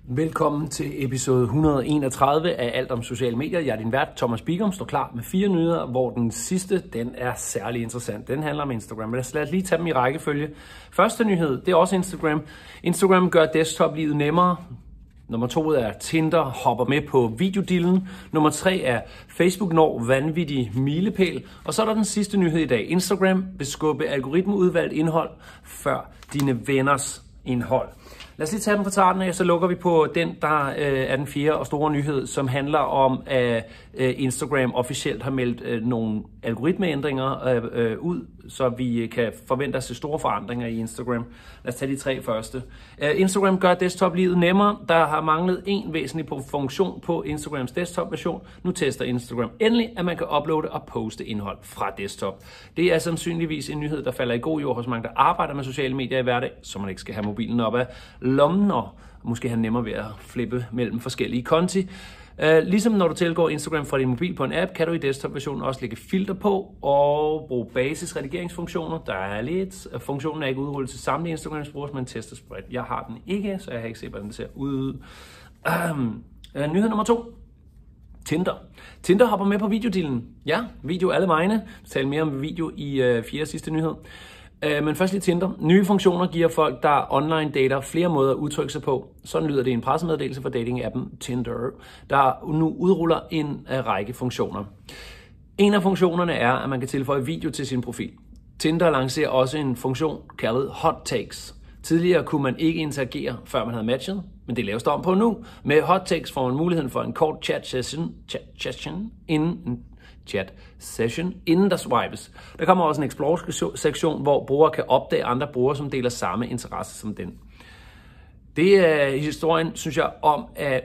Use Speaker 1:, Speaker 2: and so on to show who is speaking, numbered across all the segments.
Speaker 1: Velkommen til episode 131 af Alt om sociale medier. Jeg er din vært, Thomas Bigum, står klar med 4 nyheder, hvor den sidste, den er særlig interessant. Den handler om Instagram. Lad os lige tage dem i rækkefølge. Første nyhed, det er også Instagram. Instagram gør desktop-livet nemmere. Nummer 2 er Tinder hopper med på videodillen. Nummer 3 er Facebook når vanvittig milepæl. Og så er der den sidste nyhed i dag. Instagram vil skubbe algoritmeudvalgt indhold før dine venners indhold. Lad os lige tage dem fra starten af, så lukker vi på den, der er den fjerde og store nyhed, som handler om, at Instagram officielt har meldt nogle algoritmeændringer ud, så vi kan forvente os til store forandringer i Instagram. Lad os tage de 3 første. Instagram gør desktop-livet nemmere. Der har manglet en væsentlig funktion på Instagrams desktop-version. Nu tester Instagram endelig, at man kan uploade og poste indhold fra desktop. Det er sandsynligvis en nyhed, der falder i god jord hos mange, der arbejder med sociale medier i hverdag, så man ikke skal have mobilen op af lommen og måske have nemmere ved at flippe mellem forskellige konti. Ligesom når du tilgår Instagram fra din mobil på en app, kan du i desktop-versionen også lægge filter på og bruge basisredigeringsfunktioner. Der er lidt. Funktionen er ikke udrullet til samtlige Instagrams brugere, men testes bredt. Jeg har den ikke, så jeg har ikke set, hvordan den ser ud. Nyhed nummer 2. Tinder hopper med på videodillen. Ja, video alle vegne. Vi taler mere om video i 4. sidste nyhed. Men først lige Tinder. Nye funktioner giver folk, der online dater, flere måder at udtrykke sig på. Sådan lyder det i en pressemeddelelse fra dating-appen Tinder, der nu udruller en række funktioner. En af funktionerne er, at man kan tilføje video til sin profil. Tinder lancerer også en funktion kaldet Hot Takes. Tidligere kunne man ikke interagere, før man havde matchet, men det laves der om på nu. Med Hot Takes får man muligheden for en kort chat session, inden der swipes. Der kommer også en Explore-sektion, hvor brugere kan opdage andre brugere, som deler samme interesse som den. Det er historien, synes jeg, om, at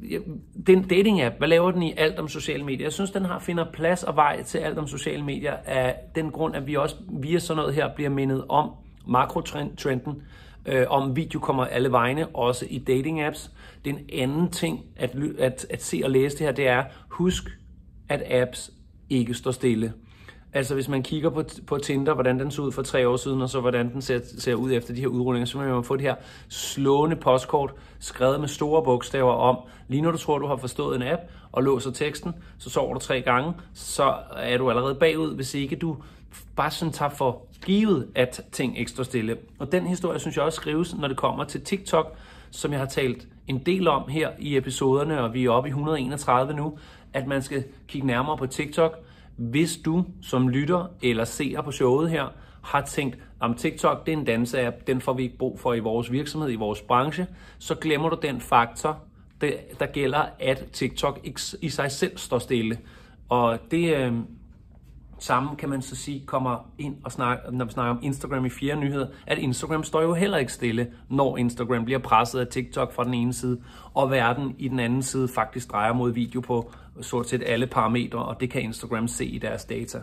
Speaker 1: den dating-app, hvad laver den i Alt om sociale medier? Jeg synes, den finder plads og vej til Alt om sociale medier af den grund, at vi også via sådan noget her bliver mindet om makrotrenden, om video kommer alle vegne, også i dating-apps. Den anden ting at se og læse det her, det er, husk, at apps ikke står stille. Altså hvis man kigger på Tinder, hvordan den så ud for 3 år siden, og så hvordan den ser ud efter de her udrullinger, så vil man få det her slående postkort, skrevet med store bogstaver om, lige når du tror, du har forstået en app, og låser teksten, så sover du 3 gange, så er du allerede bagud, hvis ikke du bare sådan tager for givet, at ting ikke står stille. Og den historie, synes jeg også skrives, når det kommer til TikTok, som jeg har talt en del om her i episoderne, og vi er oppe i 131 nu, at man skal kigge nærmere på TikTok. Hvis du som lytter eller seer på showet her har tænkt, om TikTok det er en danseapp, den får vi ikke brug for i vores virksomhed, i vores branche, så glemmer du den faktor, der gælder, at TikTok i sig selv står stille. Og det samme kan man så sige kommer ind og når vi snakker om Instagram i 4 nyheder, at Instagram står jo heller ikke stille, når Instagram bliver presset af TikTok fra den ene side, og verden i den anden side faktisk drejer mod video på stort set alle parametre, og det kan Instagram se i deres data.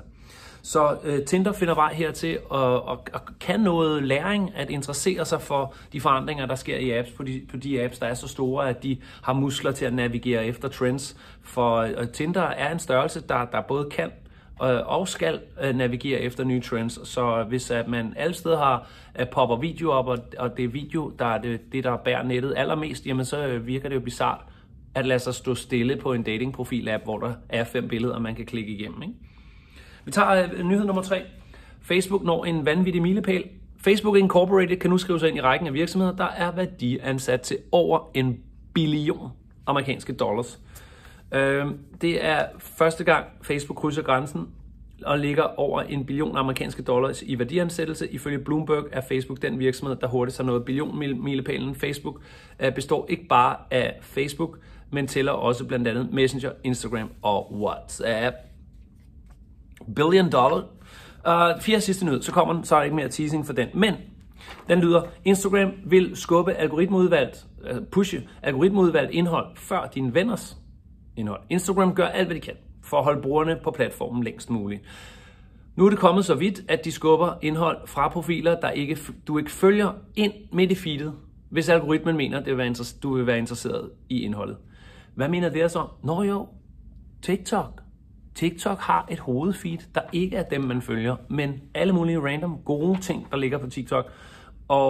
Speaker 1: Så Tinder finder vej hertil og kan noget læring at interessere sig for de forandringer, der sker i apps, på de apps, der er så store, at de har muskler til at navigere efter trends. For Tinder er en størrelse, der både kan og skal navigere efter nye trends. Så hvis at man alle steder har popper video op, og det er video, der er det, der bærer nettet allermest, jamen så virker det jo bizart at lade sig stå stille på en datingprofil-app, hvor der er 5 billeder, man kan klikke igennem. Ikke? Vi tager nyhed nummer 3. Facebook når en vanvittig milepæl. Facebook Incorporated kan nu skrive sig ind i rækken af virksomheder, der er værdiansat til over $1 billion amerikanske dollars. Det er første gang Facebook krydser grænsen og ligger over $1 billion amerikanske dollars i værdiansættelse. Ifølge Bloomberg er Facebook den virksomhed, der hurtigt har nået billion-milepælen. Facebook består ikke bare af Facebook, men tæller også blandt andet Messenger, Instagram og WhatsApp. $1 billion. 4 sidste nyhed, så kommer den, så er ikke mere teasing for den. Men den lyder, Instagram vil skubbe pushe algoritmeudvalgt indhold før dine venners indhold. Instagram gør alt, hvad de kan for at holde brugerne på platformen længst muligt. Nu er det kommet så vidt, at de skubber indhold fra profiler, du ikke følger ind midt i feedet, hvis algoritmen mener, at du vil være interesseret i indholdet. Hvad mener det så? Nå jo, TikTok. TikTok har et hovedfeed, der ikke er dem, man følger, men alle mulige random gode ting, der ligger på TikTok. Og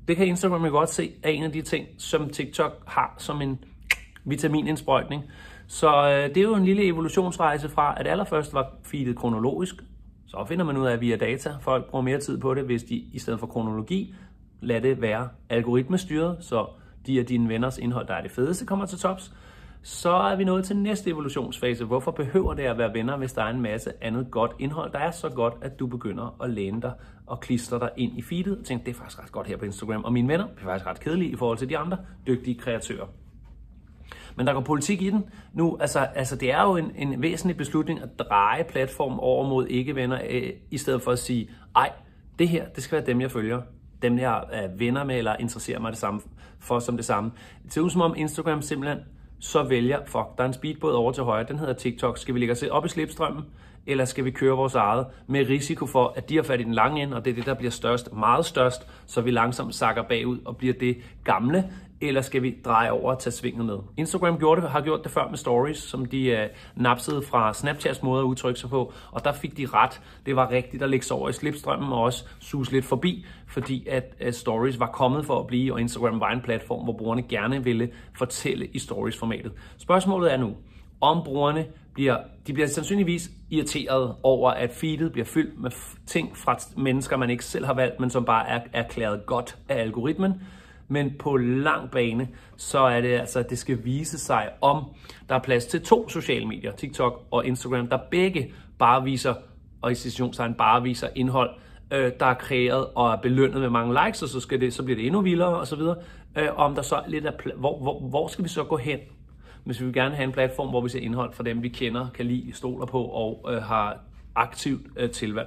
Speaker 1: Det kan Instagram jo godt se er en af de ting, som TikTok har som en vitaminindsprøjtning. Så det er jo en lille evolutionsrejse fra, at allerførst var feedet kronologisk. Så finder man ud af via data. Folk bruger mere tid på det, hvis de i stedet for kronologi lader det være algoritmestyret, så de af dine venners indhold, der er det fedeste, kommer til tops. Så er vi nået til næste evolutionsfase. Hvorfor behøver det at være venner, hvis der er en masse andet godt indhold, der er så godt, at du begynder at læne dig og klistre dig ind i feedet og tænke, det er faktisk ret godt her på Instagram. Og mine venner er faktisk ret kedelige i forhold til de andre dygtige kreatører. Men der går politik i den nu. Altså det er jo en væsentlig beslutning at dreje platformen over mod ikke-venner, i stedet for at sige, ej, det her, det skal være dem, jeg følger. Dem, jeg er venner med eller interesserer mig det samme for som det samme. Det ser ud som om Instagram simpelthen så vælger, fuck, der er en speedbåd over til højre, den hedder TikTok. Skal vi lægge os op i slipstrømmen, eller skal vi køre vores eget med risiko for, at de har fat i den lange ende, og det er det, der bliver størst, meget størst, så vi langsomt sakker bagud og bliver det gamle, eller skal vi dreje over og tage svinget med? Instagram har gjort det før med stories, som de napsede fra Snapchats måde at udtrykke sig på, og der fik de ret. Det var rigtigt at lægge sig over i slipstrømmen og også suse lidt forbi, fordi at stories var kommet for at blive, og Instagram var en platform, hvor brugerne gerne ville fortælle i stories-formatet. Spørgsmålet er nu, om brugerne bliver sandsynligvis irriteret over, at feedet bliver fyldt med ting fra mennesker, man ikke selv har valgt, men som bare er erklæret godt af algoritmen. Men på lang bane, så er det altså, at det skal vise sig, om der er plads til 2 sociale medier, TikTok og Instagram, der begge bare viser, og i citationstegn bare viser indhold, der er kreeret og er belønnet med mange likes, og så bliver det endnu vildere osv. Om der så er lidt af hvor skal vi så gå hen? Hvis vi vil gerne have en platform, hvor vi ser indhold fra dem, vi kender, kan lide, stoler på og har aktivt tilvalg.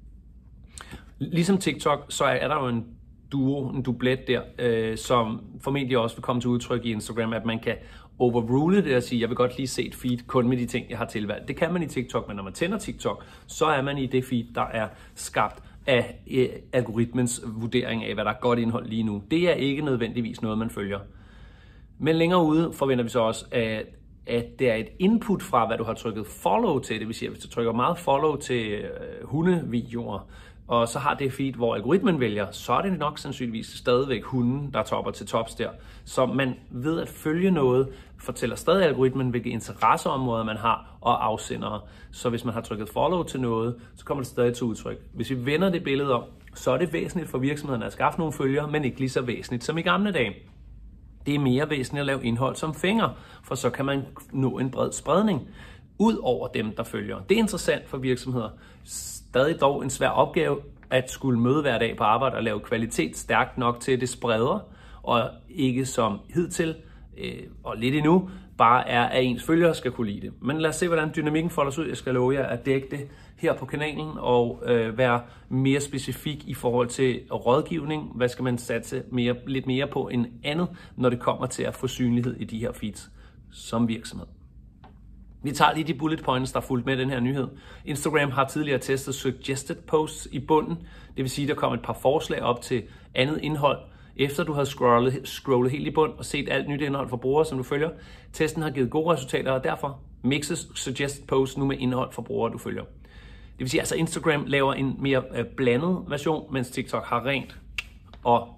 Speaker 1: Ligesom TikTok, så er der jo en dublet der, som formentlig også vil komme til udtryk i Instagram, at man kan overrule det og sige, jeg vil godt lige se et feed kun med de ting, jeg har tilvalgt. Det kan man i TikTok, men når man tænder TikTok, så er man i det feed, der er skabt af algoritmens vurdering af, hvad der er godt indhold lige nu. Det er ikke nødvendigvis noget, man følger. Men længere ude forventer vi så også, at det er et input fra, hvad du har trykket follow til. Det vil sige, at hvis du trykker meget follow til hundevideoer, og så har det feed, hvor algoritmen vælger, så er det nok sandsynligvis stadigvæk hunden, der topper til tops der. Så man ved at følge noget, fortæller stadig algoritmen, hvilke interesseområder man har og afsendere. Så hvis man har trykket follow til noget, så kommer det stadig til udtryk. Hvis vi vender det billede om, så er det væsentligt for virksomheden at skaffe nogle følgere, men ikke lige så væsentligt som i gamle dage. Det er mere væsentligt at lave indhold som fænger, for så kan man nå en bred spredning ud over dem, der følger. Det er interessant for virksomheder. Stadig dog en svær opgave at skulle møde hver dag på arbejde og lave kvalitet stærkt nok til, det spreder, og ikke som hidtil, og lidt endnu, bare er, at ens følgere skal kunne lide det. Men lad os se, hvordan dynamikken folder sig ud. Jeg skal love jer at dække det her på kanalen og være mere specifik i forhold til rådgivning. Hvad skal man satse lidt mere på end andet, når det kommer til at få synlighed i de her feeds som virksomhed. Vi tager lige de bullet points, der er fulgt med den her nyhed. Instagram har tidligere testet suggested posts i bunden. Det vil sige, at der kom et par forslag op til andet indhold, efter du havde scrollet helt i bund og set alt nyt indhold fra brugere, som du følger. Testen har givet gode resultater, og derfor mixes suggested posts nu med indhold fra brugere, du følger. Det vil sige, at altså Instagram laver en mere blandet version, mens TikTok har rent og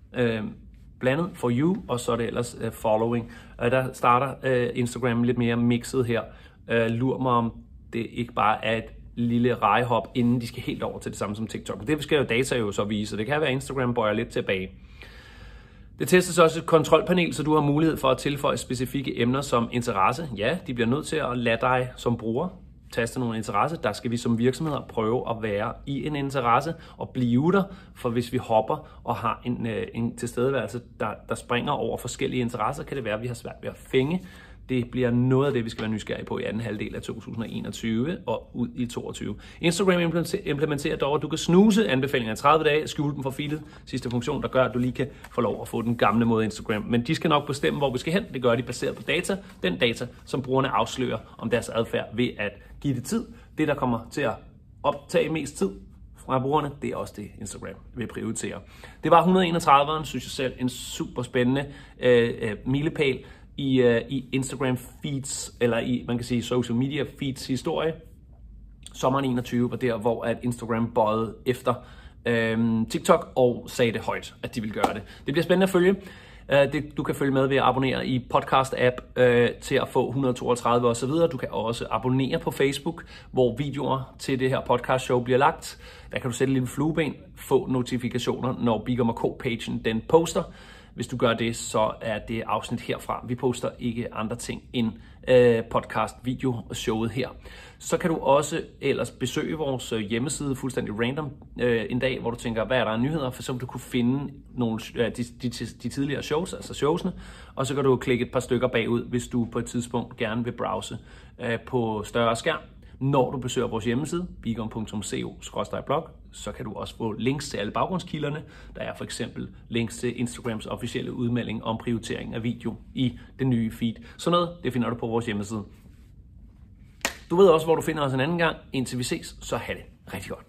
Speaker 1: blandet for you, og så er det ellers following. Der starter Instagram lidt mere mixet her. Lur mig, om det ikke bare er et lille rejehop, inden de skal helt over til det samme som TikTok. Det skal jo data jo så vise, det kan være, at Instagram bøjer lidt tilbage. Det testes også et kontrolpanel, så du har mulighed for at tilføje specifikke emner som interesse. Ja, de bliver nødt til at lade dig som bruger taste nogle interesse. Der skal vi som virksomheder prøve at være i en interesse og blive der, for hvis vi hopper og har en tilstedeværelse, der springer over forskellige interesser, kan det være, at vi har svært ved at fænge. Det bliver noget af det, vi skal være nysgerrige på i anden halvdel af 2021 og ud i 2022. Instagram implementerer dog, at du kan snuse anbefalinger i 30 dage, skjule dem for feedet. Sidste funktion, der gør, at du lige kan få lov at få den gamle måde Instagram. Men de skal nok bestemme, hvor vi skal hen. Det gør de baseret på data. Den data, som brugerne afslører om deres adfærd ved at give det tid. Det, der kommer til at optage mest tid fra brugerne, det er også det, Instagram vil prioritere. Det var 131'eren, synes jeg selv, en super spændende milepæl i Instagram feeds, eller i, man kan sige, social media feeds historie. Sommeren 21 var der, hvor at Instagram bøjede efter TikTok og sagde det højt, at de vil gøre det. Det bliver spændende at følge. Du kan følge med ved at abonnere i podcast-app til at få 132 og så videre. Du kan også abonnere på Facebook, hvor videoer til det her podcast-show bliver lagt. Der kan du sætte et lille flueben, få notifikationer, når Bigum & Co-pagen den poster. Hvis du gør det, så er det afsnit herfra. Vi poster ikke andre ting end podcast-video-showet her. Så kan du også ellers besøge vores hjemmeside fuldstændig random en dag, hvor du tænker, hvad er der af nyheder, for så vil du kunne finde nogle de tidligere shows, altså showsene, og så kan du klikke et par stykker bagud, hvis du på et tidspunkt gerne vil browse på større skærm. Når du besøger vores hjemmeside, bigum.co/blog, så kan du også få links til alle baggrundskilderne. Der er for eksempel links til Instagrams officielle udmelding om prioritering af video i det nye feed. Sådan noget, det finder du på vores hjemmeside. Du ved også, hvor du finder os en anden gang. Indtil vi ses, så have det rigtig godt.